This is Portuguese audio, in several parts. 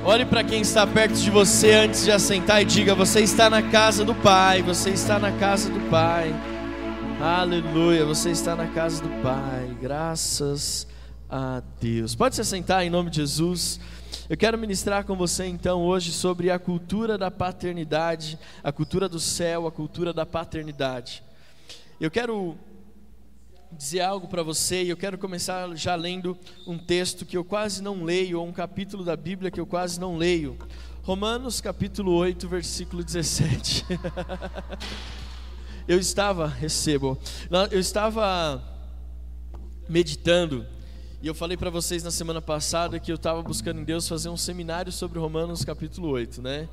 Olhe para quem está perto de você antes de assentar e diga: você está na casa do Pai, você está na casa do Pai. Aleluia, você está na casa do Pai. Graças a Deus. Pode se assentar em nome de Jesus. Eu quero ministrar com você então hoje sobre a cultura da paternidade, a cultura do céu, a cultura da paternidade. Eu quero dizer algo para você e eu quero começar já lendo um texto que eu quase não leio, ou um capítulo da Bíblia que eu quase não leio. Romanos capítulo 8, versículo 17. Eu estava meditando e eu falei para vocês na semana passada que eu estava buscando em Deus fazer um seminário sobre Romanos capítulo 8, né?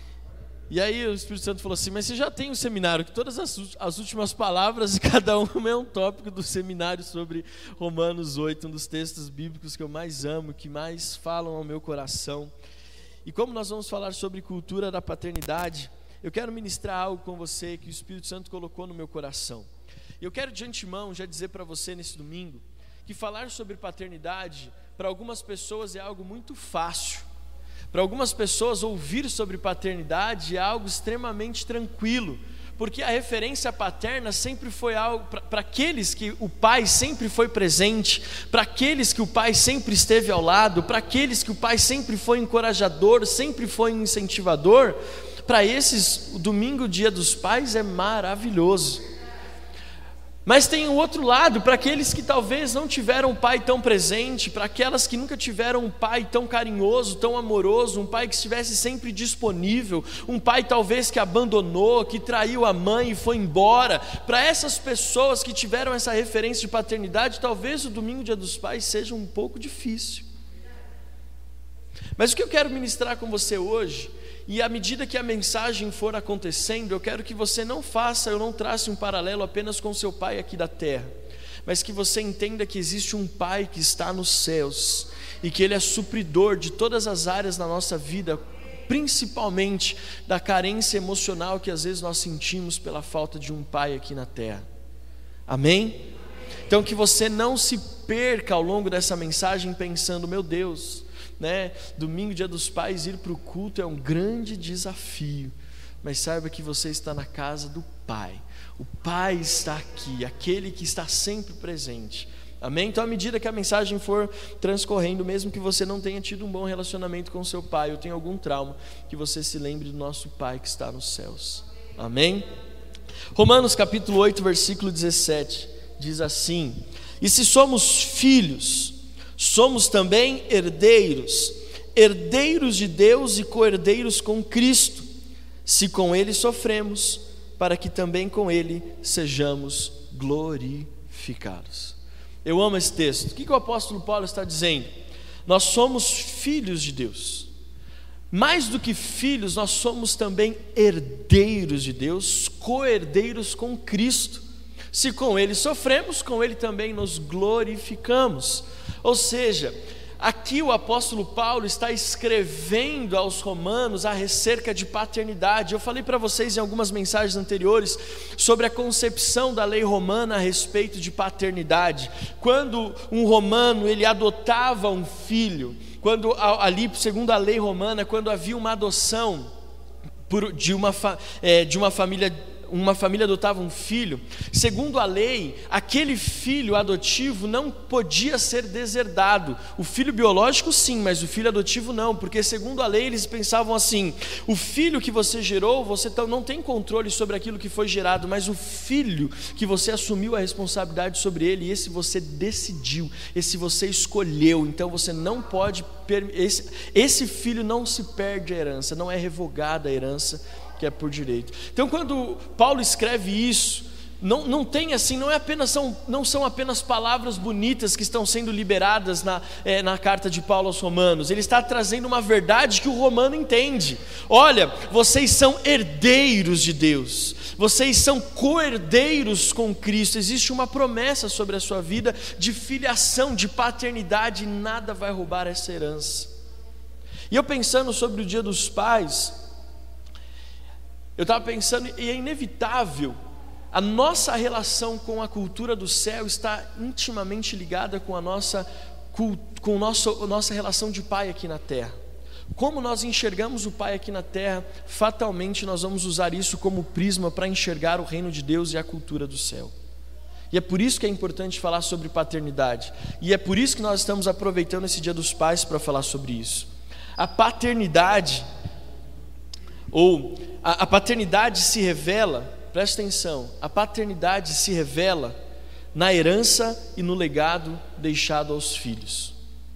E aí o Espírito Santo falou assim: mas você já tem um seminário, que todas as últimas palavras de cada um é um tópico do seminário sobre Romanos 8, um dos textos bíblicos que eu mais amo, que mais falam ao meu coração. E como nós vamos falar sobre cultura da paternidade, eu quero ministrar algo com você que o Espírito Santo colocou no meu coração. Eu quero de antemão já dizer para você nesse domingo, que falar sobre paternidade, para algumas pessoas é algo muito fácil. Para algumas pessoas, ouvir sobre paternidade é algo extremamente tranquilo, porque a referência paterna sempre foi algo, para aqueles que o pai sempre foi presente, para aqueles que o pai sempre esteve ao lado, para aqueles que o pai sempre foi encorajador, sempre foi incentivador, para esses, o domingo, o dia dos pais, é maravilhoso. Mas tem o outro lado, para aqueles que talvez não tiveram um pai tão presente, para aquelas que nunca tiveram um pai tão carinhoso, tão amoroso, um pai que estivesse sempre disponível, um pai talvez que abandonou, que traiu a mãe e foi embora. Para essas pessoas que tiveram essa referência de paternidade, talvez o domingo, dia dos pais, seja um pouco difícil. Mas o que eu quero ministrar com você hoje, e à medida que a mensagem for acontecendo, eu quero que você não trace um paralelo apenas com seu pai aqui da terra, mas que você entenda que existe um pai que está nos céus, e que ele é supridor de todas as áreas da nossa vida, principalmente da carência emocional que às vezes nós sentimos pela falta de um pai aqui na terra. Amém? Então que você não se perca ao longo dessa mensagem pensando: meu Deus, né? Domingo, dia dos pais, ir para o culto é um grande desafio, mas saiba que você está na casa do Pai. O Pai está aqui, aquele que está sempre presente. Amém? Então, à medida que a mensagem for transcorrendo, mesmo que você não tenha tido um bom relacionamento com seu pai, ou tenha algum trauma, que você se lembre do nosso Pai que está nos céus. Amém? Romanos capítulo 8, versículo 17 diz assim: e se somos filhos, somos também herdeiros, herdeiros de Deus e co-herdeiros com Cristo, se com Ele sofremos, para que também com Ele sejamos glorificados. Eu amo esse texto. O que o apóstolo Paulo está dizendo? Nós somos filhos de Deus. Mais do que filhos, nós somos também herdeiros de Deus, co-herdeiros com Cristo. Se com Ele sofremos, com Ele também nos glorificamos. Ou seja, aqui o apóstolo Paulo está escrevendo aos romanos acerca de paternidade. Eu falei para vocês em algumas mensagens anteriores sobre a concepção da lei romana a respeito de paternidade. Quando um romano ele adotava um filho, quando ali segundo a lei romana, quando havia uma adoção de uma família, uma família adotava um filho, segundo a lei, aquele filho adotivo não podia ser deserdado. O filho biológico sim, mas o filho adotivo não, porque segundo a lei eles pensavam assim: o filho que você gerou, você não tem controle sobre aquilo que foi gerado, mas o filho que você assumiu a responsabilidade sobre ele, esse você decidiu, esse você escolheu, então você não pode, esse filho não se perde a herança, não é revogada a herança que é por direito. Então quando Paulo escreve isso, não tem assim, não são apenas palavras bonitas que estão sendo liberadas na carta de Paulo aos Romanos. Ele está trazendo uma verdade que o romano entende. Olha, vocês são herdeiros de Deus, vocês são co-herdeiros com Cristo. Existe uma promessa sobre a sua vida de filiação, de paternidade, e nada vai roubar essa herança. E eu pensando sobre o dia dos pais, eu estava pensando, e é inevitável, a nossa relação com a cultura do céu está intimamente ligada com a nossa relação de pai aqui na terra. Como nós enxergamos o Pai aqui na terra, fatalmente nós vamos usar isso como prisma para enxergar o reino de Deus e a cultura do céu. E é por isso que é importante falar sobre paternidade. E é por isso que nós estamos aproveitando esse Dia dos Pais para falar sobre isso. A paternidade, ou a paternidade se revela, presta atenção, a paternidade se revela na herança e no legado deixado aos filhos.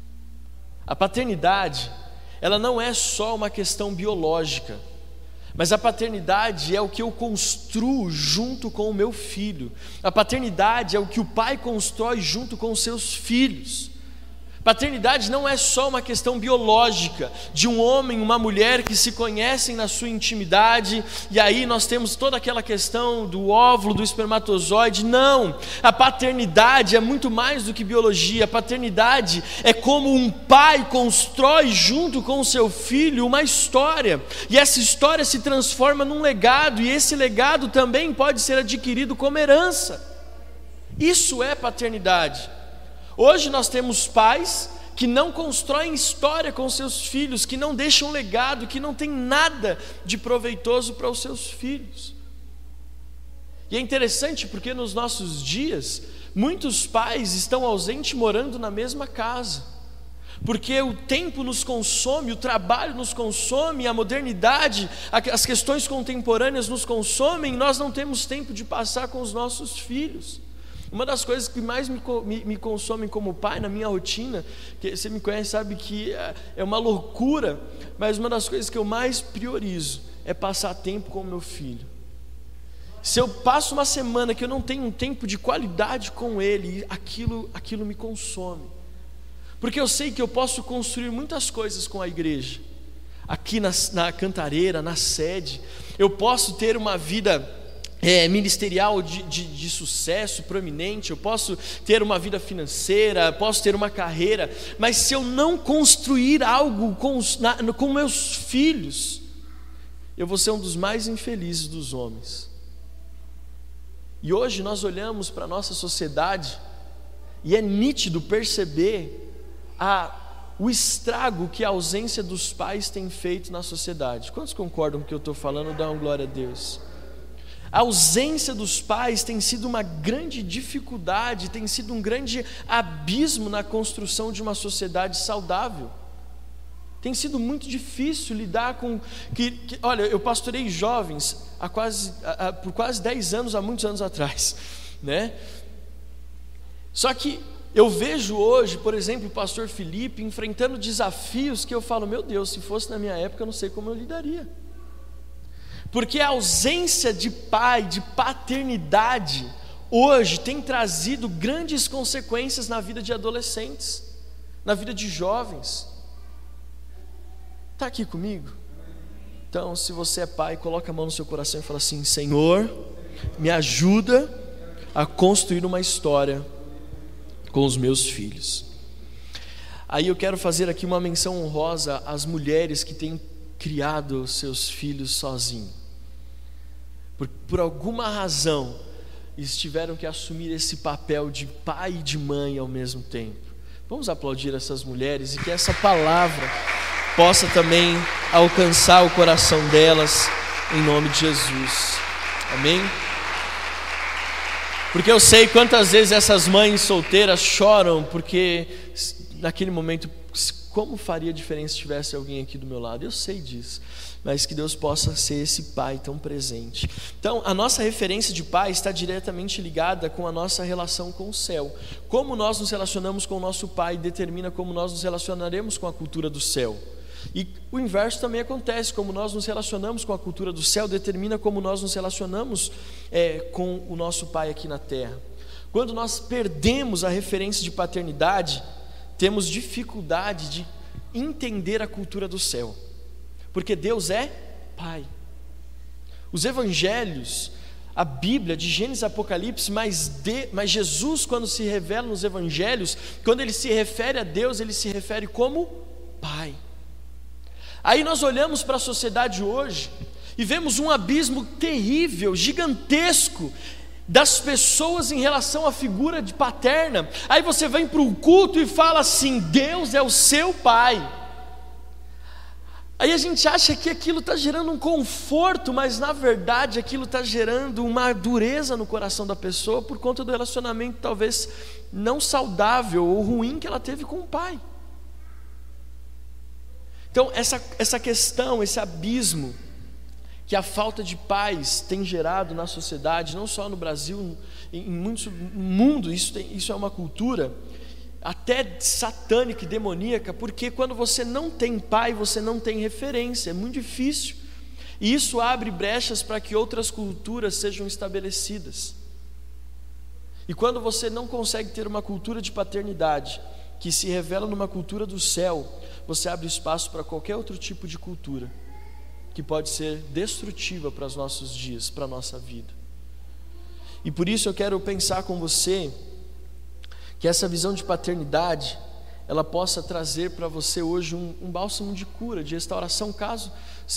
A paternidade, ela não é só uma questão biológica, mas a paternidade é o que eu construo junto com o meu filho. A paternidade é o que o pai constrói junto com os seus filhos. Paternidade não é só uma questão biológica, de um homem e uma mulher que se conhecem na sua intimidade, e aí nós temos toda aquela questão do óvulo, do espermatozoide. Não, a paternidade é muito mais do que biologia. A paternidade é como um pai constrói junto com o seu filho uma história, e essa história se transforma num legado, e esse legado também pode ser adquirido como herança. Isso é paternidade. Hoje nós temos pais que não constroem história com seus filhos, que não deixam legado, que não tem nada de proveitoso para os seus filhos. E é interessante porque nos nossos dias, muitos pais estão ausentes morando na mesma casa, porque o tempo nos consome, o trabalho nos consome, a modernidade, as questões contemporâneas nos consomem, e nós não temos tempo de passar com os nossos filhos. Uma das coisas que mais me consomem como pai na minha rotina, que você me conhece, sabe que é uma loucura, mas uma das coisas que eu mais priorizo é passar tempo com o meu filho. Se eu passo uma semana que eu não tenho um tempo de qualidade com ele, aquilo me consome, porque eu sei que eu posso construir muitas coisas com a igreja, aqui na Cantareira, na sede, eu posso ter uma vida ministerial de sucesso proeminente, eu posso ter uma vida financeira, posso ter uma carreira, mas se eu não construir algo com meus filhos, eu vou ser um dos mais infelizes dos homens. E hoje nós olhamos para a nossa sociedade e é nítido perceber o estrago que a ausência dos pais tem feito na sociedade. Quantos concordam com o que eu estou falando? Dá uma glória a Deus. A ausência dos pais tem sido uma grande dificuldade, tem sido um grande abismo na construção de uma sociedade saudável. Tem sido muito difícil lidar com... Olha, eu pastorei jovens por quase 10 anos, há muitos anos atrás, né? Só que eu vejo hoje, por exemplo, o pastor Felipe enfrentando desafios que eu falo, meu Deus, se fosse na minha época eu não sei como eu lidaria. Porque a ausência de pai, de paternidade, hoje tem trazido grandes consequências na vida de adolescentes, na vida de jovens. Está aqui comigo? Então, se você é pai, coloca a mão no seu coração e fala assim: Senhor, me ajuda a construir uma história com os meus filhos. Aí eu quero fazer aqui uma menção honrosa às mulheres que têm criado seus filhos sozinhos. Por alguma razão, eles tiveram que assumir esse papel de pai e de mãe ao mesmo tempo. Vamos aplaudir essas mulheres e que essa palavra possa também alcançar o coração delas, em nome de Jesus. Amém? Porque eu sei quantas vezes essas mães solteiras choram, porque naquele momento, como faria diferença se tivesse alguém aqui do meu lado? Eu sei disso, mas que Deus possa ser esse pai tão presente. Então, a nossa referência de pai está diretamente ligada com a nossa relação com o céu. Como nós nos relacionamos com o nosso pai determina como nós nos relacionaremos com a cultura do céu. E o inverso também acontece, como nós nos relacionamos com a cultura do céu determina como nós nos relacionamos com o nosso pai aqui na terra. Quando nós perdemos a referência de paternidade, temos dificuldade de entender a cultura do céu, porque Deus é pai. Os evangelhos, a Bíblia de Gênesis e Apocalipse, mas Jesus, quando se revela nos evangelhos, quando ele se refere a Deus, ele se refere como pai. Aí nós olhamos para a sociedade hoje e vemos um abismo terrível, gigantesco, das pessoas em relação à figura de paterna. Aí você vem para o culto e fala assim: Deus é o seu pai. Aí a gente acha que aquilo está gerando um conforto, mas na verdade aquilo está gerando uma dureza no coração da pessoa por conta do relacionamento talvez não saudável ou ruim que ela teve com o pai. Então essa questão, esse abismo que a falta de paz tem gerado na sociedade, não só no Brasil, em muito mundo, isso é uma cultura até satânica e demoníaca, porque quando você não tem pai, você não tem referência, é muito difícil, e isso abre brechas para que outras culturas sejam estabelecidas. E quando você não consegue ter uma cultura de paternidade, que se revela numa cultura do céu, você abre espaço para qualquer outro tipo de cultura, que pode ser destrutiva para os nossos dias, para a nossa vida. E por isso eu quero pensar com você, que essa visão de paternidade, ela possa trazer para você hoje um bálsamo de cura, de restauração, caso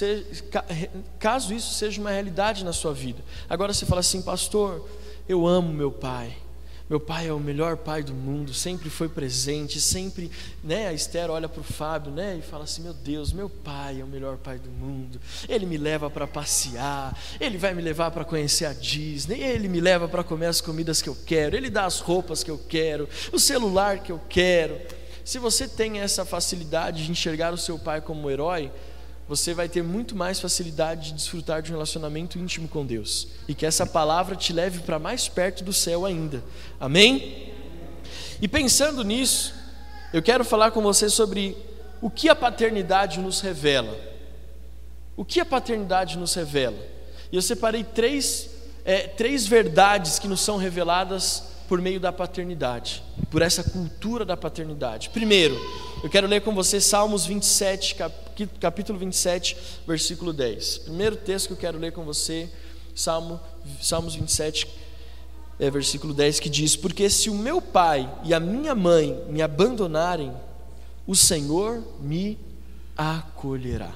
isso seja uma realidade na sua vida. Agora você fala assim: pastor, eu amo meu pai é o melhor pai do mundo, sempre foi presente, sempre, a Esther olha para o Fábio, e fala assim: meu Deus, meu pai é o melhor pai do mundo, ele me leva para passear, ele vai me levar para conhecer a Disney, ele me leva para comer as comidas que eu quero, ele dá as roupas que eu quero, o celular que eu quero. Se você tem essa facilidade de enxergar o seu pai como um herói, você vai ter muito mais facilidade de desfrutar de um relacionamento íntimo com Deus, e que essa palavra te leve para mais perto do céu ainda, amém? E pensando nisso, eu quero falar com você sobre o que a paternidade nos revela. O que a paternidade nos revela? E eu separei três verdades que nos são reveladas por meio da paternidade, por essa cultura da paternidade. Primeiro, eu quero ler com você Salmos 27, capítulo 27, versículo 10. Primeiro texto que eu quero ler com você, Salmos 27, versículo 10, que diz: porque se o meu pai e a minha mãe me abandonarem, o Senhor me acolherá.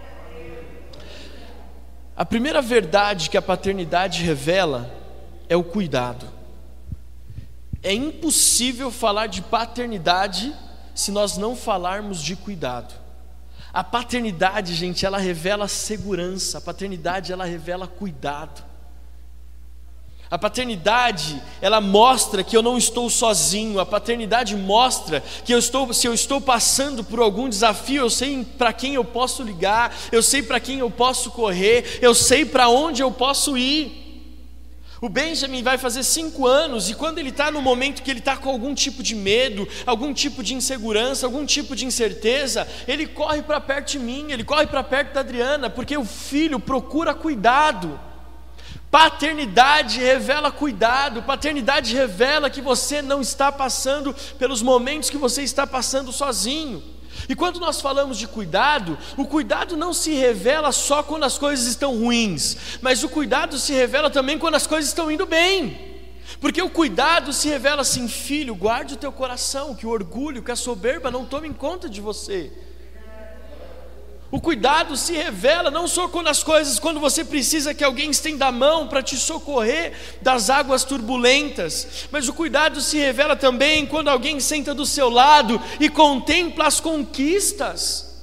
A primeira verdade que a paternidade revela é o cuidado. É impossível falar de paternidade se nós não falarmos de cuidado. A paternidade, gente, ela revela segurança. A paternidade, ela revela cuidado. A paternidade, ela mostra que eu não estou sozinho. A paternidade mostra que se eu estou passando por algum desafio, eu sei para quem eu posso ligar, eu sei para quem eu posso correr, eu sei para onde eu posso ir. O Benjamin vai fazer 5 anos, e quando ele está no momento que ele está com algum tipo de medo, algum tipo de insegurança, algum tipo de incerteza, ele corre para perto de mim, ele corre para perto da Adriana, porque o filho procura cuidado. Paternidade revela cuidado, paternidade revela que você não está passando pelos momentos que você está passando sozinho. E quando nós falamos de cuidado, o cuidado não se revela só quando as coisas estão ruins, mas o cuidado se revela também quando as coisas estão indo bem. Porque o cuidado se revela assim: filho, guarde o teu coração, que o orgulho, que a soberba não tomem conta de você. O cuidado se revela não só quando você precisa que alguém estenda a mão para te socorrer das águas turbulentas, mas o cuidado se revela também quando alguém senta do seu lado e contempla as conquistas.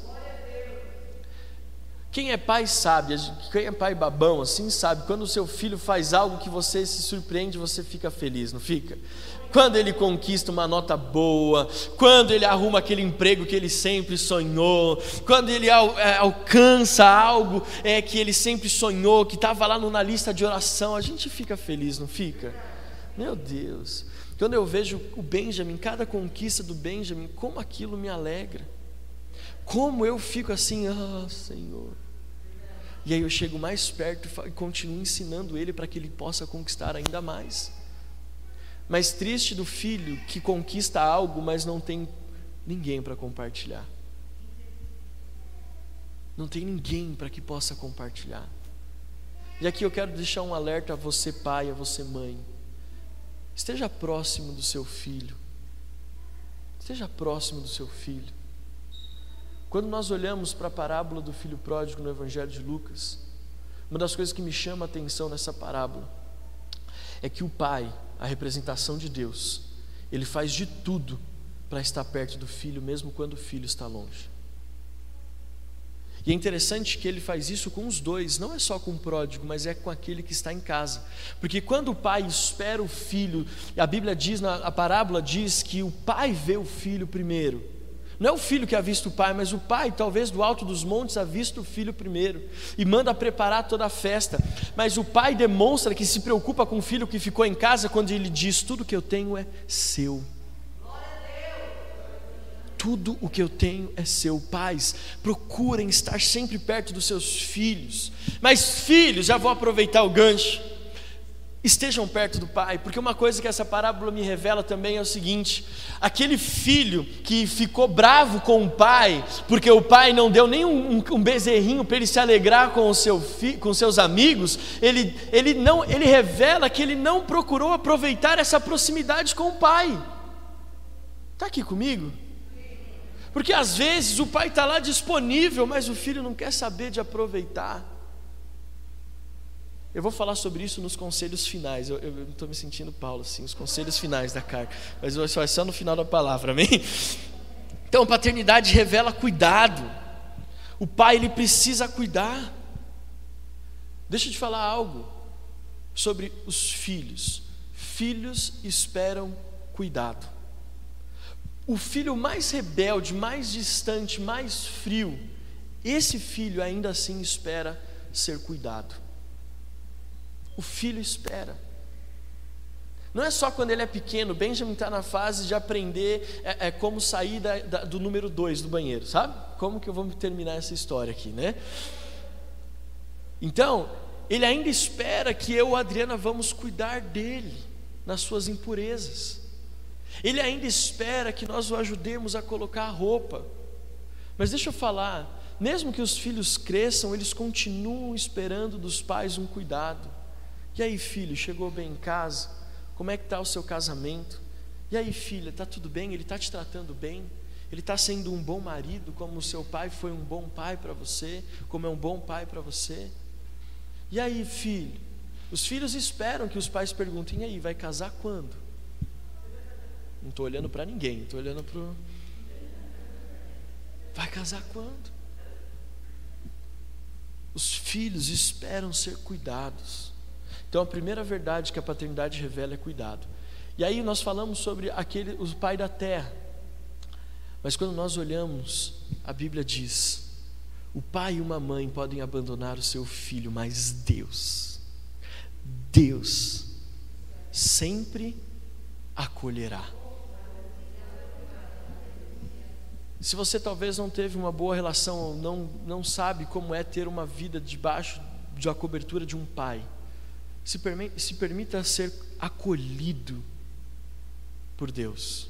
Quem é pai sabe, quem é pai babão assim sabe, quando o seu filho faz algo que você se surpreende, você fica feliz, não fica? Quando ele conquista uma nota boa, quando ele arruma aquele emprego que ele sempre sonhou, quando ele alcança algo que ele sempre sonhou, que estava lá na lista de oração, a gente fica feliz, não fica? Meu Deus, quando eu vejo o Benjamin, cada conquista do Benjamin, como aquilo me alegra, como eu fico assim: Senhor. E aí eu chego mais perto e continuo ensinando ele para que ele possa conquistar ainda mais. Mas triste do filho que conquista algo, mas não tem ninguém para compartilhar. Não tem ninguém para que possa compartilhar. E aqui eu quero deixar um alerta a você pai, a você mãe. Esteja próximo do seu filho. Esteja próximo do seu filho. Quando nós olhamos para a parábola do filho pródigo no Evangelho de Lucas, uma das coisas que me chama a atenção nessa parábola é que o pai, a representação de Deus, ele faz de tudo para estar perto do filho, mesmo quando o filho está longe. E é interessante que ele faz isso com os dois, não é só com o pródigo, mas é com aquele que está em casa. Porque quando o pai espera o filho, a Bíblia diz, a parábola diz que o pai vê o filho primeiro. Não é o filho que ha visto o pai, mas o pai, talvez do alto dos montes, ha visto o filho primeiro e manda preparar toda a festa. Mas o pai demonstra que se preocupa com o filho que ficou em casa quando ele diz: tudo que eu tenho é seu. Tudo o que eu tenho é seu. Pais, procurem estar sempre perto dos seus filhos. Mas filhos, já vou aproveitar o gancho, estejam perto do pai, porque uma coisa que essa parábola me revela também é o seguinte: aquele filho que ficou bravo com o pai, porque o pai não deu nem um bezerrinho para ele se alegrar com com seus amigos, ele revela que ele não procurou aproveitar essa proximidade com o pai. Está aqui comigo? Porque às vezes o pai está lá disponível, mas o filho não quer saber de aproveitar. Eu vou falar sobre isso nos conselhos finais. Eu não estou me sentindo Paulo assim, os conselhos finais da carta, mas vai só no final da palavra, amém? Então a paternidade revela cuidado. O pai, ele precisa cuidar. Deixa eu te falar algo sobre os filhos. Filhos esperam cuidado. O filho mais rebelde, mais distante, mais frio, esse filho ainda assim espera ser cuidado. O filho espera. Não é só quando ele é pequeno. Benjamin está na fase de aprender como sair do número 2 do banheiro, sabe? Como que eu vou terminar essa história aqui, né? Então, ele ainda espera que eu e a Adriana vamos cuidar dele nas suas impurezas. Ele ainda espera que nós o ajudemos a colocar a roupa. Mas deixa eu falar, mesmo que os filhos cresçam, eles continuam esperando dos pais um cuidado. E aí, filho, chegou bem em casa? Como é que está o seu casamento? E aí, filha, está tudo bem? Ele está te tratando bem? Ele está sendo um bom marido, como o seu pai foi um bom pai para você? Como é um bom pai para você? E aí, filho? Os filhos esperam que os pais perguntem: e aí, vai casar quando? Não estou olhando para ninguém, estou olhando para o... Vai casar quando? Os filhos esperam ser cuidados. Então a primeira verdade que a paternidade revela é cuidado. E aí nós falamos sobre o pai da terra. Mas quando nós olhamos, a Bíblia diz: o pai e uma mãe podem abandonar o seu filho, mas Deus sempre acolherá. Se você talvez não teve uma boa relação, ou não sabe como é ter uma vida debaixo da cobertura de um pai, se permita ser acolhido por Deus.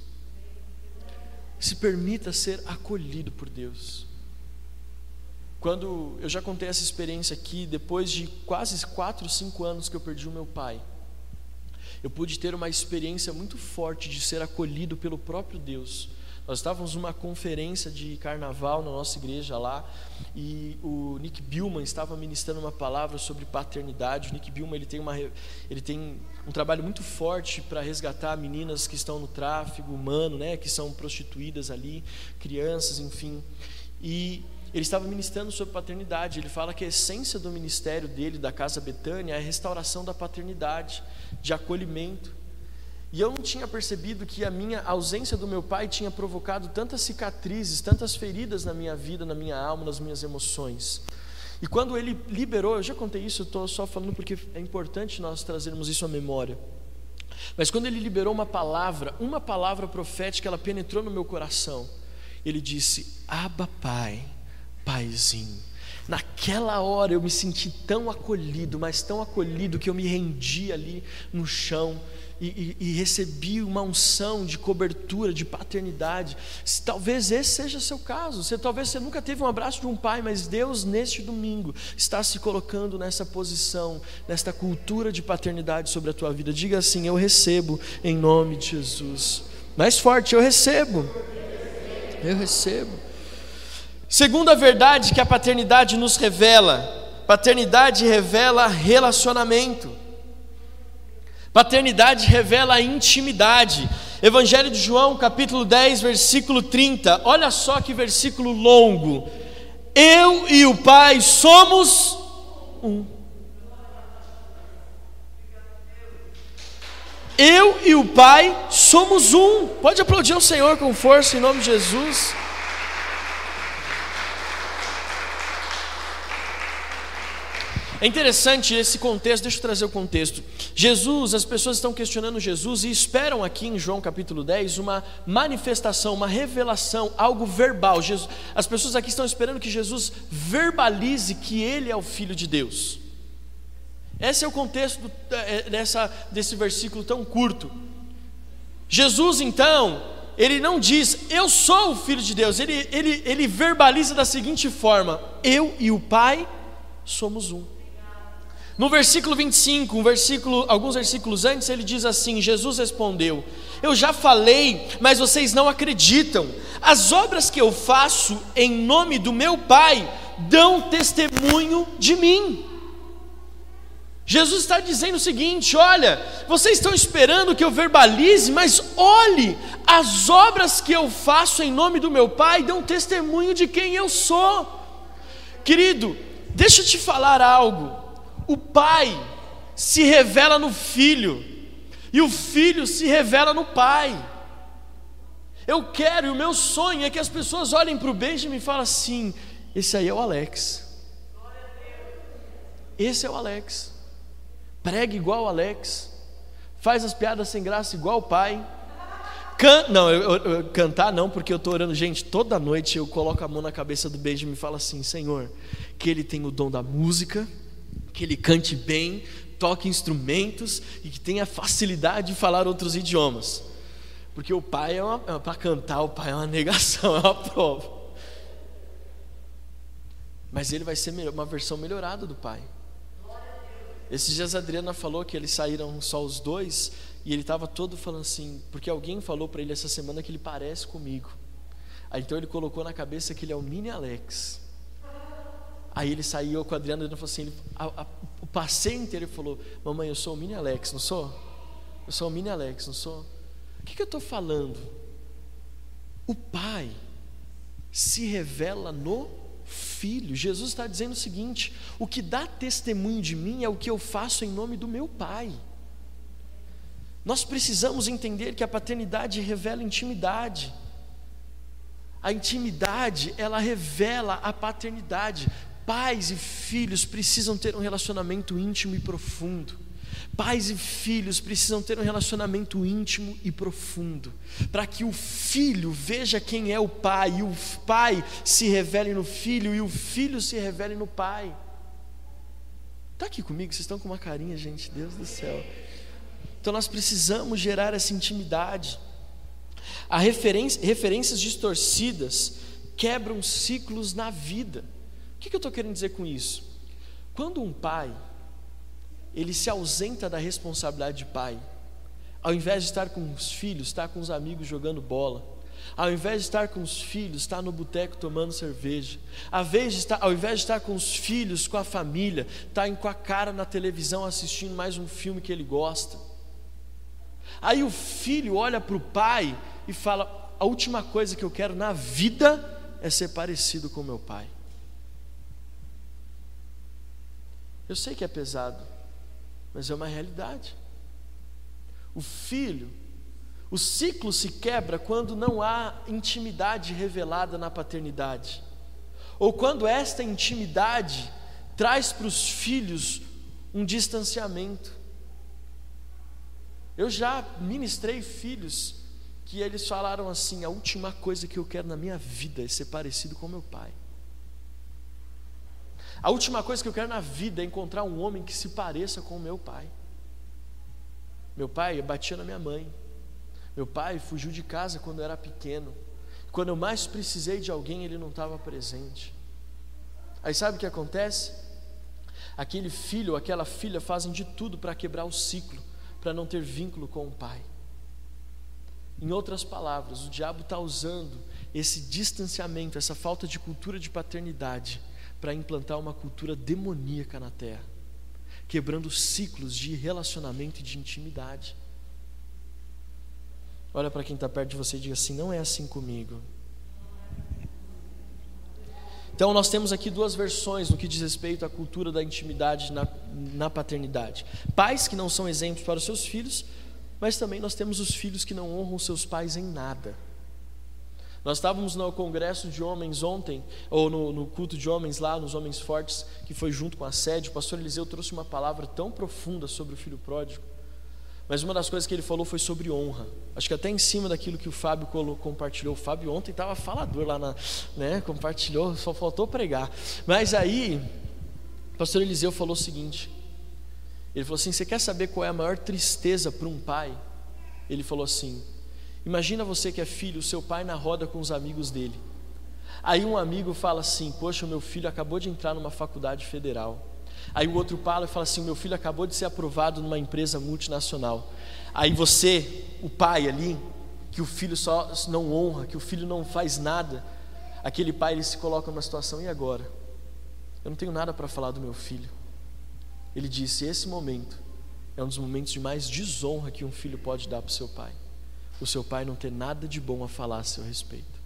Se permita ser acolhido por Deus. Quando eu já contei essa experiência aqui, depois de quase 4, 5 anos que eu perdi o meu pai, eu pude ter uma experiência muito forte de ser acolhido pelo próprio Deus. Nós estávamos numa conferência de carnaval na nossa igreja lá, e o Nick Billman estava ministrando uma palavra sobre paternidade. O Nick Billman, ele tem um trabalho muito forte para resgatar meninas que estão no tráfico humano, né, que são prostituídas ali, crianças, enfim. E ele estava ministrando sobre paternidade. Ele fala que a essência do ministério dele, da Casa Betânia, é a restauração da paternidade, de acolhimento. E eu não tinha percebido que a minha ausência do meu pai tinha provocado tantas cicatrizes, tantas feridas na minha vida, na minha alma, nas minhas emoções. E quando ele liberou, eu já contei isso, eu estou só falando porque é importante nós trazermos isso à memória. Mas quando ele liberou uma palavra profética, ela penetrou no meu coração. Ele disse: Abba Pai, Paizinho. Naquela hora eu me senti tão acolhido, mas tão acolhido, que eu me rendi ali no chão e recebi uma unção de cobertura, de paternidade. Talvez esse seja o seu caso. Talvez você nunca teve um abraço de um pai, mas Deus neste domingo está se colocando nessa posição, nesta cultura de paternidade sobre a tua vida. Diga assim: eu recebo em nome de Jesus. Mais forte: eu recebo. Eu recebo. Segunda verdade que a paternidade nos revela: paternidade revela relacionamento. Paternidade revela intimidade. Evangelho de João, capítulo 10, versículo 30. Olha só que versículo longo. Eu e o Pai somos um. Eu e o Pai somos um. Pode aplaudir ao Senhor com força em nome de Jesus. É interessante esse contexto, deixa eu trazer o contexto. Jesus, as pessoas estão questionando Jesus e esperam aqui em João capítulo 10 uma manifestação, uma revelação, algo verbal. As pessoas aqui estão esperando que Jesus verbalize que Ele é o Filho de Deus. Esse é o contexto desse versículo tão curto. Jesus então, Ele não diz, eu sou o Filho de Deus, ele verbaliza da seguinte forma: eu e o Pai somos um. No versículo 25, alguns versículos antes, ele diz assim: Jesus respondeu, eu já falei, mas vocês não acreditam. As obras que eu faço em nome do meu Pai dão testemunho de mim. Jesus está dizendo o seguinte: olha, vocês estão esperando que eu verbalize, mas olhe, as obras que eu faço em nome do meu Pai dão testemunho de quem eu sou. Querido, deixa eu te falar algo. O Pai se revela no Filho, e o Filho se revela no Pai. Eu quero, e o meu sonho é que as pessoas olhem para o Benjamin e falem assim: esse aí é o Alex. Esse é o Alex. Prega igual o Alex, faz as piadas sem graça igual o pai. Cantar não, porque eu estou orando, gente, toda noite eu coloco a mão na cabeça do Benjamin e falo assim: Senhor, que ele tenha o dom da música, que ele cante bem, toque instrumentos e que tenha facilidade de falar outros idiomas. Porque o pai para cantar, o pai é uma negação, é uma prova. Mas ele vai ser uma versão melhorada do pai. Esses dias a Adriana falou que eles saíram só os dois, e ele estava todo falando assim, porque alguém falou para ele essa semana que ele parece comigo. Aí então ele colocou na cabeça que ele é o mini Alex. Aí ele saiu com a Adriana e falou assim, o passeio inteiro ele falou: mamãe, eu sou o mini Alex, não sou? Eu sou o mini Alex, não sou? O que eu estou falando? O Pai se revela no Filho. Jesus está dizendo o seguinte: o que dá testemunho de mim é o que eu faço em nome do meu Pai. Nós precisamos entender que a paternidade revela intimidade. A intimidade, ela revela a paternidade. Pais e filhos precisam ter um relacionamento íntimo e profundo. Pais e filhos precisam ter um relacionamento íntimo e profundo, para que o filho veja quem é o pai, e o pai se revele no filho, e o filho se revele no pai. Está aqui comigo? Vocês estão com uma carinha, gente, Deus do céu. Então nós precisamos gerar essa intimidade. Referências distorcidas quebram ciclos na vida. O que eu estou querendo dizer com isso? Quando um pai ele se ausenta da responsabilidade de pai, ao invés de estar com os filhos, está com os amigos jogando bola, ao invés de estar com os filhos, está no boteco tomando cerveja, ao invés de estar com os filhos, com a família, está com a cara na televisão assistindo mais um filme que ele gosta. Aí o filho olha para o pai e fala: a última coisa que eu quero na vida é ser parecido com meu pai. Eu sei que é pesado, mas é uma realidade. O ciclo se quebra quando não há intimidade revelada na paternidade, ou quando esta intimidade traz para os filhos um distanciamento. Eu já ministrei filhos que eles falaram assim: a última coisa que eu quero na minha vida é ser parecido com meu pai. A última coisa que eu quero na vida é encontrar um homem que se pareça com o meu pai. Meu pai batia na minha mãe. Meu pai fugiu de casa quando eu era pequeno. Quando eu mais precisei de alguém, ele não estava presente. Aí sabe o que acontece? Aquele filho ou aquela filha fazem de tudo para quebrar o ciclo, para não ter vínculo com o pai. Em outras palavras, o diabo está usando esse distanciamento, essa falta de cultura de paternidade, para implantar uma cultura demoníaca na terra, quebrando ciclos de relacionamento e de intimidade. Olha para quem está perto de você e diga assim: não é assim comigo. Então nós temos aqui duas versões no que diz respeito à cultura da intimidade na paternidade. Pais que não são exemplos para os seus filhos, mas também nós temos os filhos que não honram seus pais em nada. Nós estávamos no congresso de homens ontem, ou no culto de homens lá, nos Homens Fortes, que foi junto com a sede. O pastor Eliseu trouxe uma palavra tão profunda sobre o filho pródigo, mas uma das coisas que ele falou foi sobre honra. Acho que até em cima daquilo que o Fábio compartilhou. O Fábio ontem estava falador lá, compartilhou, só faltou pregar. Mas aí, o pastor Eliseu falou o seguinte, ele falou assim: você quer saber qual é a maior tristeza para um pai? Ele falou assim: imagina você que é filho, o seu pai na roda com os amigos dele. Aí um amigo fala assim: poxa, o meu filho acabou de entrar numa faculdade federal. Aí o outro fala assim: o meu filho acabou de ser aprovado numa empresa multinacional. Aí você, o pai ali, que o filho só não honra, que o filho não faz nada, aquele pai, ele se coloca numa situação: e agora? Eu não tenho nada para falar do meu filho. Ele disse: esse momento é um dos momentos de mais desonra que um filho pode dar para o seu pai. O seu pai não ter nada de bom a falar a seu respeito.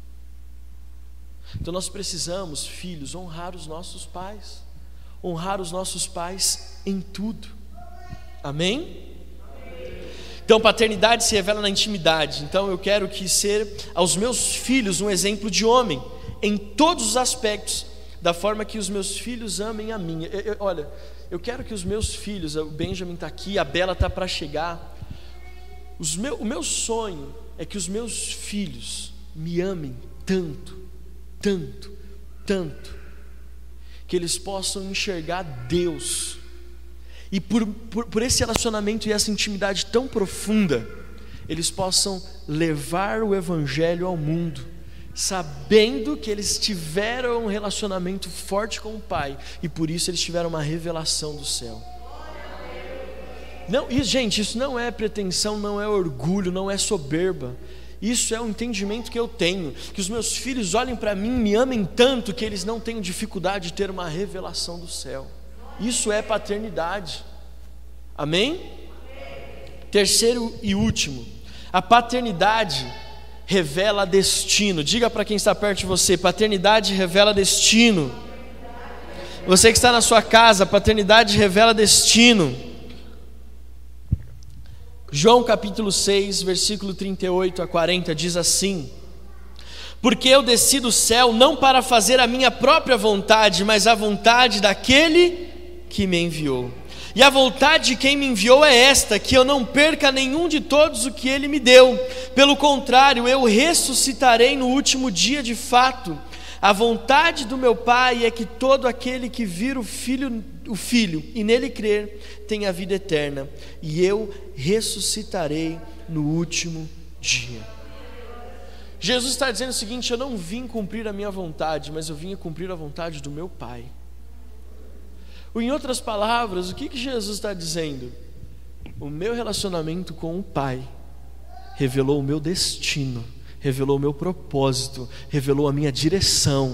Então nós precisamos, filhos, honrar os nossos pais. Honrar os nossos pais em tudo. Amém? Então paternidade se revela na intimidade. Então eu quero que ser aos meus filhos um exemplo de homem, em todos os aspectos, da forma que os meus filhos amem a mim. Olha, eu quero que os meus filhos, o Benjamin está aqui, a Bela está para chegar. O meu sonho é que os meus filhos me amem tanto, tanto, tanto, que eles possam enxergar Deus, e por esse relacionamento e essa intimidade tão profunda, eles possam levar o Evangelho ao mundo, sabendo que eles tiveram um relacionamento forte com o Pai, e por isso eles tiveram uma revelação do céu. Não, e gente, isso não é pretensão, não é orgulho, não é soberba. Isso é um entendimento que eu tenho, que os meus filhos olhem para mim, me amem tanto que eles não tenham dificuldade de ter uma revelação do céu. Isso é paternidade. Amém? Terceiro e último, a paternidade revela destino. Diga para quem está perto de você: paternidade revela destino. Você que está na sua casa, paternidade revela destino. João capítulo 6, versículo 38 a 40 diz assim: porque eu desci do céu não para fazer a minha própria vontade, mas a vontade daquele que me enviou. E a vontade de quem me enviou é esta: que eu não perca nenhum de todos o que ele me deu. Pelo contrário, eu ressuscitarei no último dia de fato. A vontade do meu Pai é que todo aquele que vir o Filho e nele crer tenha a vida eterna, e eu ressuscitarei no último dia. Jesus está dizendo o seguinte: eu não vim cumprir a minha vontade, mas eu vim cumprir a vontade do meu Pai. Ou em outras palavras, o que Jesus está dizendo? O meu relacionamento com o Pai revelou o meu destino, revelou o meu propósito, revelou a minha direção.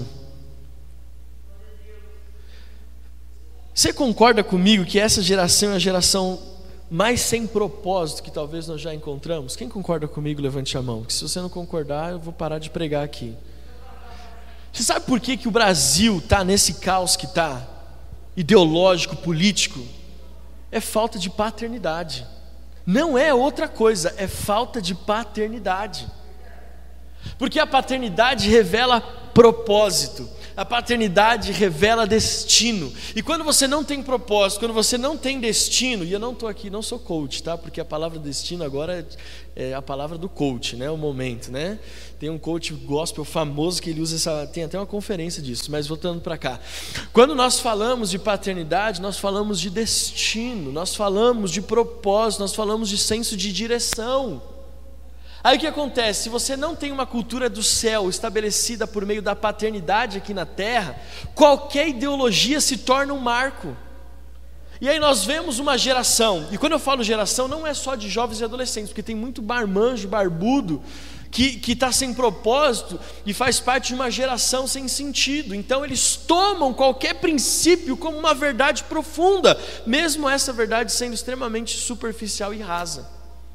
Você concorda comigo que essa geração é a geração mais sem propósito que talvez nós já encontramos? Quem concorda comigo, levante a mão. Que se você não concordar, eu vou parar de pregar aqui. Você sabe por que o Brasil está nesse caos que está? Ideológico, político? É falta de paternidade. Não é outra coisa, é falta de paternidade. Porque a paternidade revela propósito, a paternidade revela destino. E quando você não tem propósito, quando você não tem destino, e eu não estou aqui, não sou coach, tá? Porque a palavra destino agora é a palavra do coach, né? O momento, né? Tem um coach gospel famoso que ele usa tem até uma conferência disso. Mas voltando para cá, quando nós falamos de paternidade, nós falamos de destino, nós falamos de propósito, nós falamos de senso de direção. Aí o que acontece? Se você não tem uma cultura do céu estabelecida por meio da paternidade aqui na terra, qualquer ideologia se torna um marco. E aí nós vemos uma geração, e quando eu falo geração, não é só de jovens e adolescentes, porque tem muito marmanjo, barbudo, que está sem propósito e faz parte de uma geração sem sentido. Então eles tomam qualquer princípio como uma verdade profunda, mesmo essa verdade sendo extremamente superficial e rasa.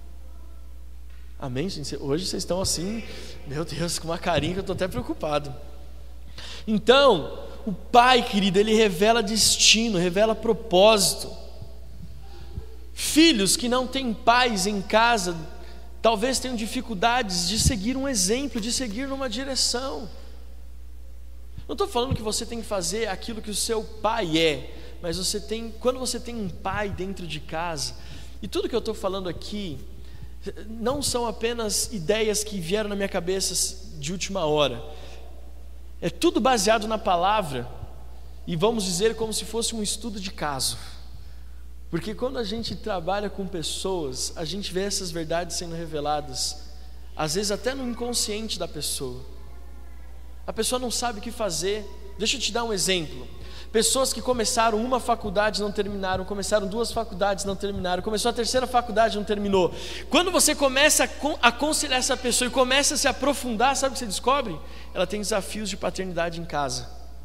Amém, gente? Hoje vocês estão assim, meu Deus, com uma carinha que eu estou até preocupado. Então, o pai, querido, ele revela destino, revela propósito. Filhos que não têm pais em casa, talvez tenham dificuldades de seguir um exemplo, de seguir numa direção. Não estou falando que você tem que fazer aquilo que o seu pai é, mas quando você tem um pai dentro de casa, e tudo que eu estou falando aqui, não são apenas ideias que vieram na minha cabeça de última hora, é tudo baseado na palavra, e vamos dizer como se fosse um estudo de caso, porque quando a gente trabalha com pessoas, a gente vê essas verdades sendo reveladas, às vezes até no inconsciente da pessoa. A pessoa não sabe o que fazer. Deixa eu te dar um exemplo. Pessoas que começaram uma faculdade não terminaram, começaram 2 faculdades não terminaram, começou a 3ª faculdade não terminou. Quando você começa a aconselhar essa pessoa e começa a se aprofundar, sabe o que você descobre? Ela tem desafios de paternidade em casa.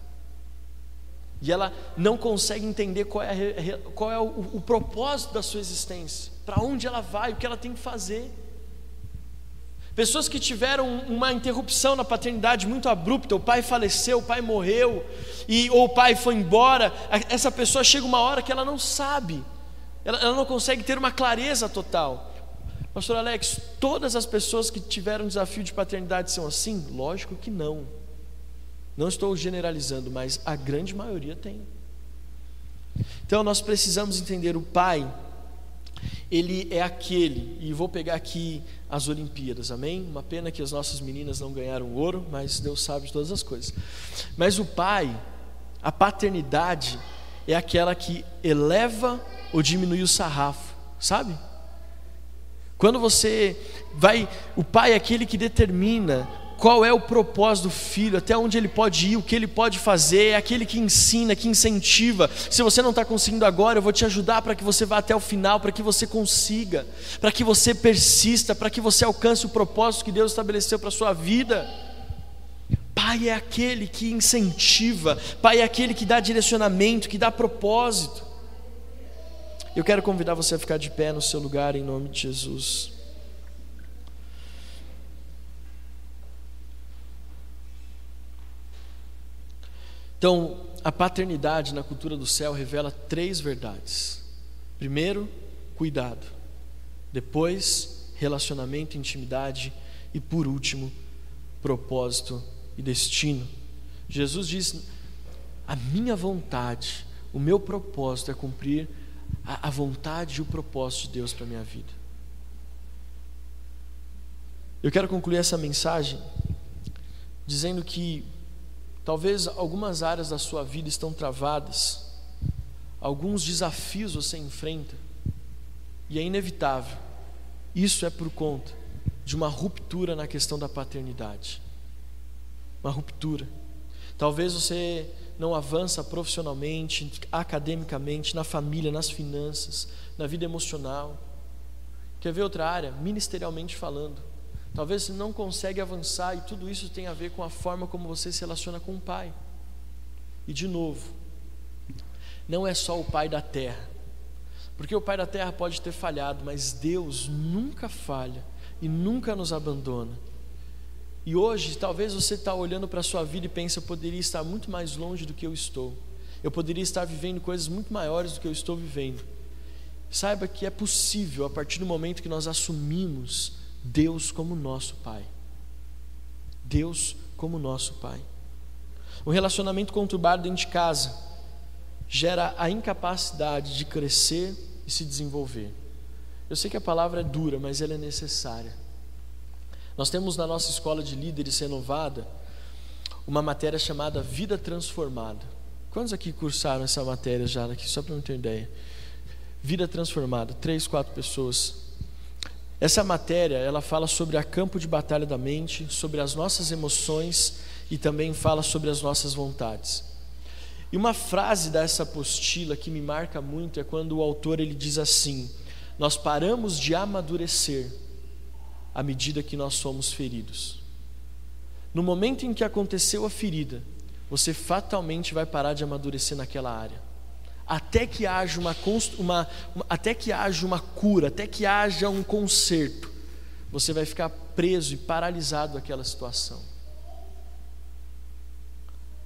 E ela não consegue entender qual é o propósito da sua existência, para onde ela vai, o que ela tem que fazer. Pessoas que tiveram uma interrupção na paternidade muito abrupta, o pai faleceu, o pai morreu, ou o pai foi embora, essa pessoa chega uma hora que ela não sabe, ela não consegue ter uma clareza total. Pastor Alex, todas as pessoas que tiveram desafio de paternidade são assim? Lógico que não. Não estou generalizando, mas a grande maioria tem. Então nós precisamos entender, o pai, ele é aquele, e vou pegar aqui as Olimpíadas, amém? Uma pena que as nossas meninas não ganharam ouro, mas Deus sabe de todas as coisas. Mas o pai, a paternidade é aquela que eleva ou diminui o sarrafo, sabe? Quando você vai, o pai é aquele que determina qual é o propósito do filho, até onde ele pode ir, o que ele pode fazer, é aquele que ensina, que incentiva. Se você não está conseguindo agora, eu vou te ajudar para que você vá até o final, para que você consiga, para que você persista, para que você alcance o propósito que Deus estabeleceu para a sua vida. Pai é aquele que incentiva, pai é aquele que dá direcionamento, que dá propósito. Eu quero convidar você a ficar de pé no seu lugar, em nome de Jesus. Então, a paternidade na cultura do céu revela 3 verdades. Primeiro, cuidado. Depois, relacionamento, intimidade. E por último, propósito e destino. Jesus diz: a minha vontade, o meu propósito é cumprir a vontade e o propósito de Deus para a minha vida. Eu quero concluir essa mensagem dizendo que talvez algumas áreas da sua vida estão travadas, alguns desafios você enfrenta, e é inevitável. Isso é por conta de uma ruptura na questão da paternidade. Uma ruptura. Talvez você não avança profissionalmente, academicamente, na família, nas finanças, na vida emocional. Quer ver outra área? Ministerialmente falando. Talvez você não consegue avançar, e tudo isso tem a ver com a forma como você se relaciona com o pai. E de novo, não é só o pai da terra, porque o pai da terra pode ter falhado, mas Deus nunca falha e nunca nos abandona. E hoje talvez você está olhando para a sua vida e pensa: eu poderia estar muito mais longe do que eu estou, eu poderia estar vivendo coisas muito maiores do que eu estou vivendo. Saiba que é possível a partir do momento que nós assumimos Deus como nosso pai. Deus como nosso pai. O relacionamento conturbado dentro de casa gera a incapacidade de crescer e se desenvolver. Eu sei que a palavra é dura, mas ela é necessária. Nós temos na nossa escola de líderes renovada uma matéria chamada Vida Transformada. Quantos aqui cursaram essa matéria já aqui, só para eu ter ideia? Vida Transformada, 3, 4 pessoas. Essa matéria, ela fala sobre a campo de batalha da mente, sobre as nossas emoções e também fala sobre as nossas vontades. E uma frase dessa apostila que me marca muito é quando o autor ele diz assim: nós paramos de amadurecer à medida que nós somos feridos. No momento em que aconteceu a ferida, você fatalmente vai parar de amadurecer naquela área. Até que haja até que haja uma cura, até que haja um conserto, você vai ficar preso e paralisado naquela situação.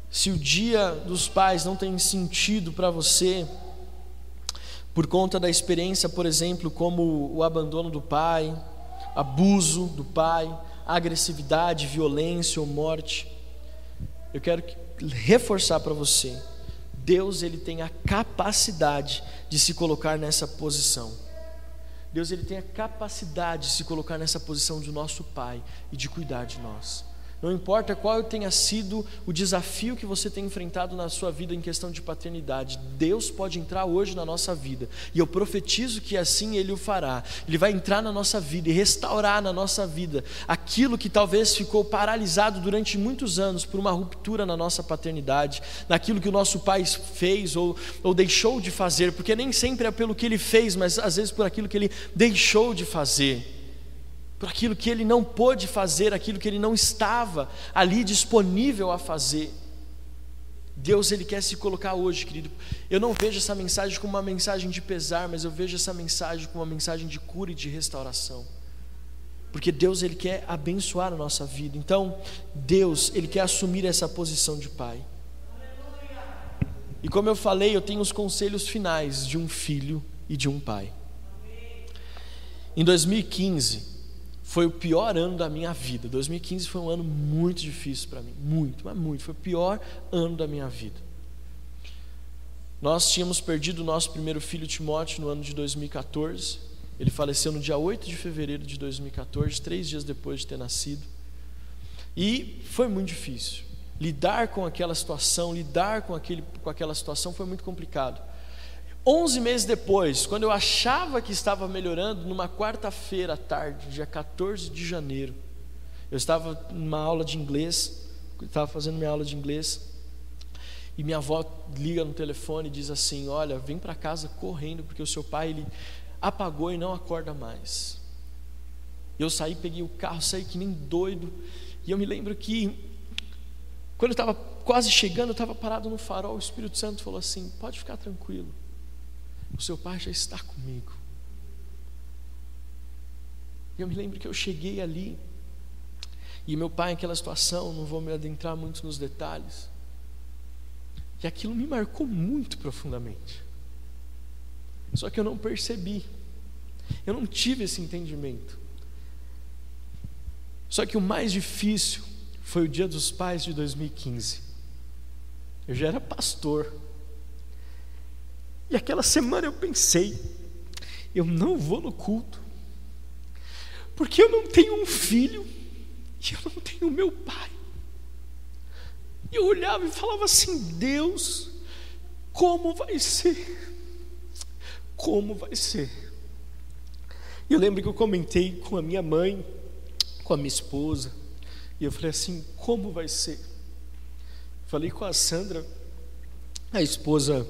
Se o Dia dos Pais não tem sentido para você, por conta da experiência, por exemplo, como o abandono do pai, abuso do pai, agressividade, violência ou morte, eu quero reforçar para você: Deus, ele tem a capacidade de se colocar nessa posição. Deus, ele tem a capacidade de se colocar nessa posição de nosso Pai e de cuidar de nós. Não importa qual tenha sido o desafio que você tem enfrentado na sua vida em questão de paternidade, Deus pode entrar hoje na nossa vida, e eu profetizo que assim Ele o fará. Ele vai entrar na nossa vida e restaurar na nossa vida aquilo que talvez ficou paralisado durante muitos anos por uma ruptura na nossa paternidade, naquilo que o nosso pai fez ou deixou de fazer, porque nem sempre é pelo que ele fez, mas às vezes por aquilo que ele deixou de fazer, por aquilo que ele não pôde fazer, aquilo que ele não estava ali disponível a fazer. Deus, ele quer se colocar hoje, querido. Eu não vejo essa mensagem como uma mensagem de pesar, mas eu vejo essa mensagem como uma mensagem de cura e de restauração, porque Deus, ele quer abençoar a nossa vida. Então Deus, ele quer assumir essa posição de pai. E como eu falei, eu tenho os conselhos finais de um filho e de um pai. Em 2015 foi o pior ano da minha vida. 2015 foi um ano muito difícil para mim, muito, mas muito. Foi o pior ano da minha vida. Nós tínhamos perdido o nosso primeiro filho, Timóteo, no ano de 2014. Ele faleceu no dia 8 de fevereiro de 2014, 3 dias depois de ter nascido. E foi muito difícil. Lidar com aquela situação, com aquela situação foi muito complicado. 11 meses depois, quando eu achava que estava melhorando, numa quarta-feira à tarde, dia 14 de janeiro, eu estava numa aula de inglês, estava fazendo minha aula de inglês, e minha avó liga no telefone e diz assim: olha, vem para casa correndo, porque o seu pai, ele apagou e não acorda mais. Eu saí, peguei o carro, saí que nem doido, e eu me lembro que, quando eu estava quase chegando, eu estava parado no farol, o Espírito Santo falou assim: pode ficar tranquilo, o seu pai já está comigo. E eu me lembro que eu cheguei ali, e meu pai, naquela situação, não vou me adentrar muito nos detalhes, e aquilo me marcou muito profundamente. Só que eu não percebi, eu não tive esse entendimento. Só que o mais difícil foi o Dia dos Pais de 2015. Eu já era pastor, e aquela semana eu pensei: eu não vou no culto, porque eu não tenho um filho, e eu não tenho o meu pai. E eu olhava e falava assim: Deus, como vai ser? Como vai ser? E eu lembro que eu comentei com a minha mãe, com a minha esposa, e eu falei assim: como vai ser? Falei com a Sandra, a esposa,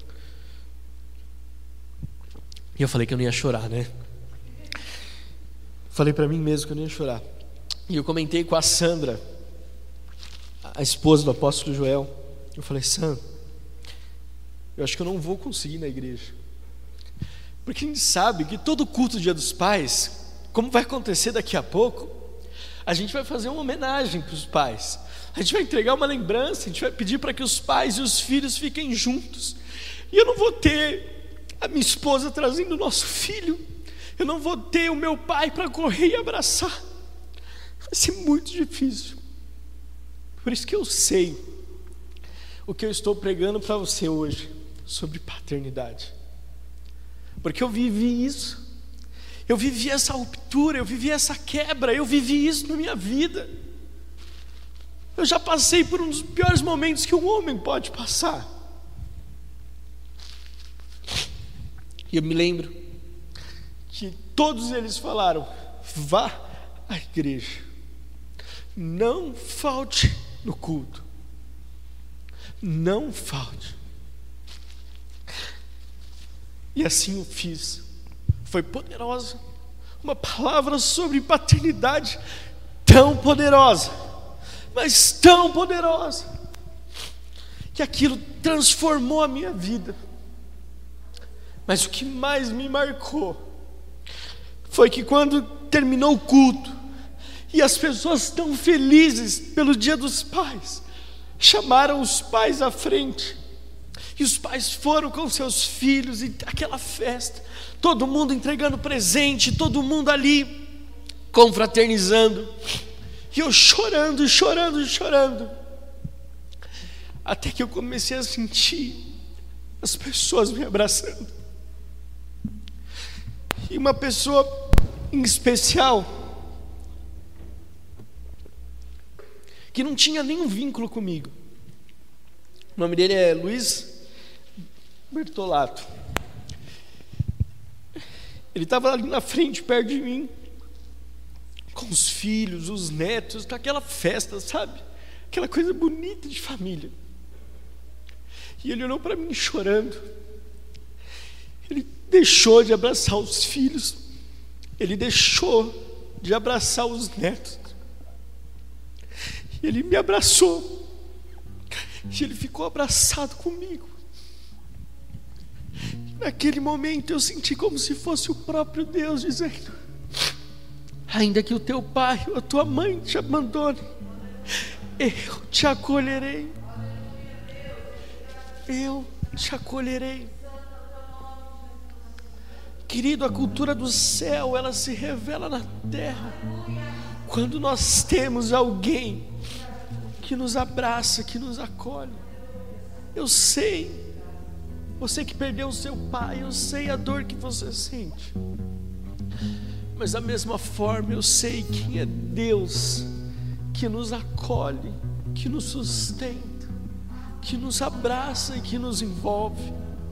e eu falei que eu não ia chorar, né? Falei para mim mesmo que eu não ia chorar. E eu comentei com a Sandra, a esposa do apóstolo Joel. Eu falei: Sandra, eu acho que eu não vou conseguir ir na igreja, porque a gente sabe que todo culto do Dia dos Pais, como vai acontecer daqui a pouco, a gente vai fazer uma homenagem para os pais, a gente vai entregar uma lembrança, a gente vai pedir para que os pais e os filhos fiquem juntos, e eu não vou ter a minha esposa trazendo o nosso filho, eu não vou ter o meu pai para correr e abraçar, vai ser muito difícil. Por isso que eu sei o que eu estou pregando para você hoje sobre paternidade, porque eu vivi isso, eu vivi essa ruptura, eu vivi essa quebra, eu vivi isso na minha vida. Eu já passei por um dos piores momentos que um homem pode passar. E eu me lembro que todos eles falaram: vá à igreja, não falte no culto, não falte. E assim eu fiz. Foi poderosa, uma palavra sobre paternidade tão poderosa, mas tão poderosa, que aquilo transformou a minha vida. Mas o que mais me marcou foi que, quando terminou o culto e as pessoas tão felizes pelo Dia dos Pais, chamaram os pais à frente, e os pais foram com seus filhos, e aquela festa, todo mundo entregando presente, todo mundo ali confraternizando, e eu chorando, chorando, chorando, até que eu comecei a sentir as pessoas me abraçando, e uma pessoa em especial, que não tinha nenhum vínculo comigo, o nome dele é Luiz Bertolato. Ele estava ali na frente, perto de mim, com os filhos, os netos, aquela festa, sabe? Aquela coisa bonita de família. E ele olhou para mim chorando. Ele deixou de abraçar os filhos. Ele deixou de abraçar os netos. E ele me abraçou. E ele ficou abraçado comigo. Naquele momento eu senti como se fosse o próprio Deus dizendo: ainda que o teu pai ou a tua mãe te abandone, eu te acolherei. Eu te acolherei. Querido, a cultura do céu, ela se revela na terra quando nós temos alguém que nos abraça, que nos acolhe. Eu sei, você que perdeu o seu pai, eu sei a dor que você sente, mas da mesma forma eu sei quem é Deus, que nos acolhe, que nos sustenta, que nos abraça e que nos envolve.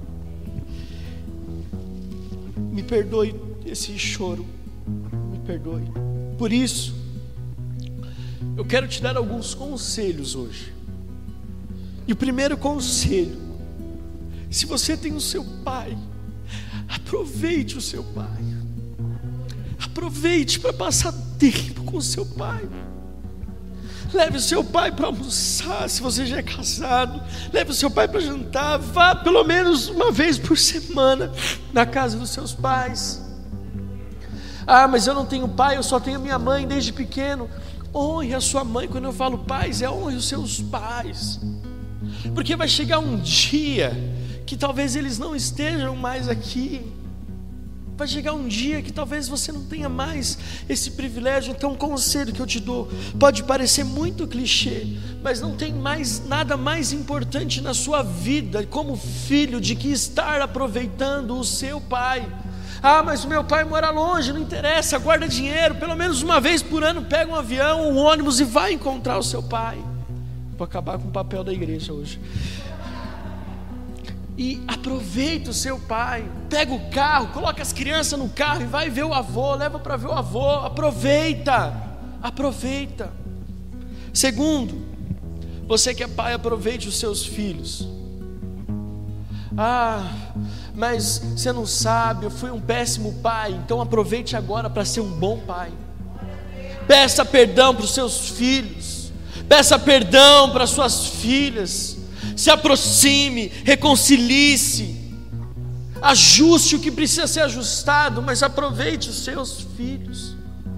Me perdoe esse choro, me perdoe. Por isso, eu quero te dar alguns conselhos hoje. E o primeiro conselho: se você tem o seu pai, aproveite o seu pai. Aproveite para passar tempo com o seu pai. Leve o seu pai para almoçar, se você já é casado. Leve o seu pai para jantar. Vá pelo menos uma vez por semana na casa dos seus pais. Ah, mas eu não tenho pai, eu só tenho minha mãe desde pequeno. Honre a sua mãe. Quando eu falo pais, honre os seus pais, porque vai chegar um dia que talvez eles não estejam mais aqui. Vai chegar um dia que talvez você não tenha mais esse privilégio. Então um conselho que eu te dou, pode parecer muito clichê, mas não tem mais nada mais importante na sua vida como filho de que estar aproveitando o seu pai. Ah, mas o meu pai mora longe, não interessa, guarda dinheiro, pelo menos uma vez por ano pega um avião, um ônibus e vai encontrar o seu pai. Vou acabar com o papel da igreja hoje. E aproveita o seu pai, pega o carro, coloca as crianças no carro e vai ver o avô, leva para ver o avô, aproveita. Segundo, você que é pai, aproveite os seus filhos. Ah, mas você não sabe, eu fui um péssimo pai, então aproveite agora para ser um bom pai. Peça perdão para os seus filhos, peça perdão para suas filhas. Se aproxime, reconcilie-se, ajuste o que precisa ser ajustado, mas aproveite os seus filhos.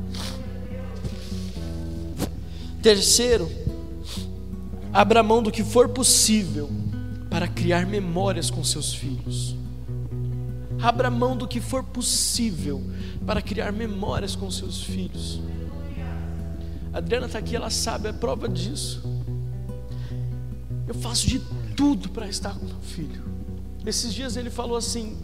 Terceiro, abra mão do que for possível para criar memórias com seus filhos. Abra mão do que for possível para criar memórias com seus filhos. A Adriana está aqui, ela sabe, é prova disso. Eu faço de tudo para estar com meu filho. Esses dias ele falou assim: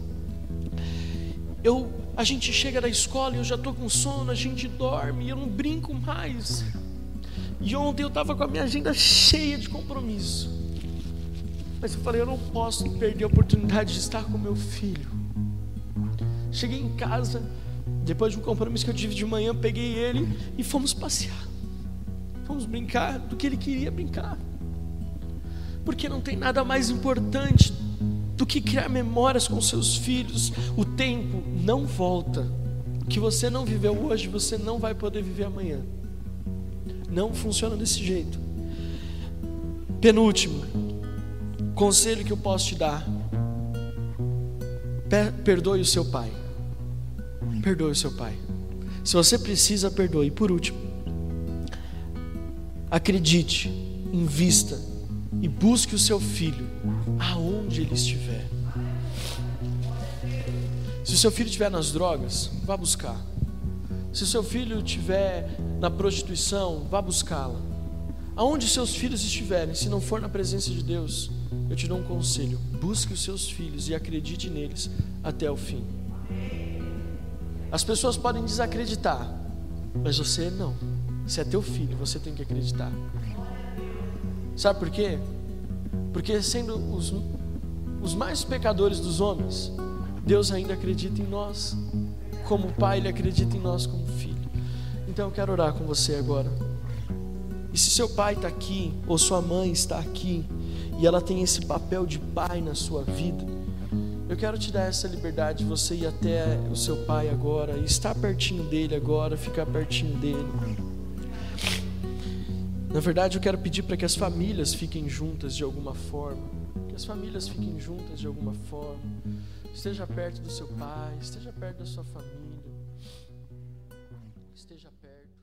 a gente chega da escola e eu já estou com sono, a gente dorme e eu não brinco mais. E ontem eu estava com a minha agenda cheia de compromisso, mas eu falei, eu não posso perder a oportunidade de estar com meu filho. Cheguei em casa, depois de um compromisso que eu tive de manhã, peguei ele e fomos passear. Fomos brincar do que ele queria brincar. Porque não tem nada mais importante do que criar memórias com seus filhos. O tempo não volta. O que você não viveu hoje, você não vai poder viver amanhã. Não funciona desse jeito. Penúltimo conselho que eu posso te dar: perdoe o seu pai. Perdoe o seu pai. Se você precisa, perdoe. Por último, acredite, invista e busque o seu filho aonde ele estiver. Se o seu filho estiver nas drogas, vá buscar. Se o seu filho estiver na prostituição, vá buscá-la. Aonde seus filhos estiverem, se não for na presença de Deus, eu te dou um conselho: busque os seus filhos e acredite neles até o fim. As pessoas podem desacreditar, mas você não. Se é teu filho, você tem que acreditar. Sabe por quê? Porque sendo os mais pecadores dos homens, Deus ainda acredita em nós. Como pai, Ele acredita em nós como filho. Então eu quero orar com você agora. E se seu pai está aqui, ou sua mãe está aqui, e ela tem esse papel de pai na sua vida, eu quero te dar essa liberdade de você ir até o seu pai agora, e estar pertinho dele agora, ficar pertinho dele. Na verdade, eu quero pedir para que as famílias fiquem juntas de alguma forma. Que as famílias fiquem juntas de alguma forma. Esteja perto do seu pai, esteja perto da sua família. Esteja perto.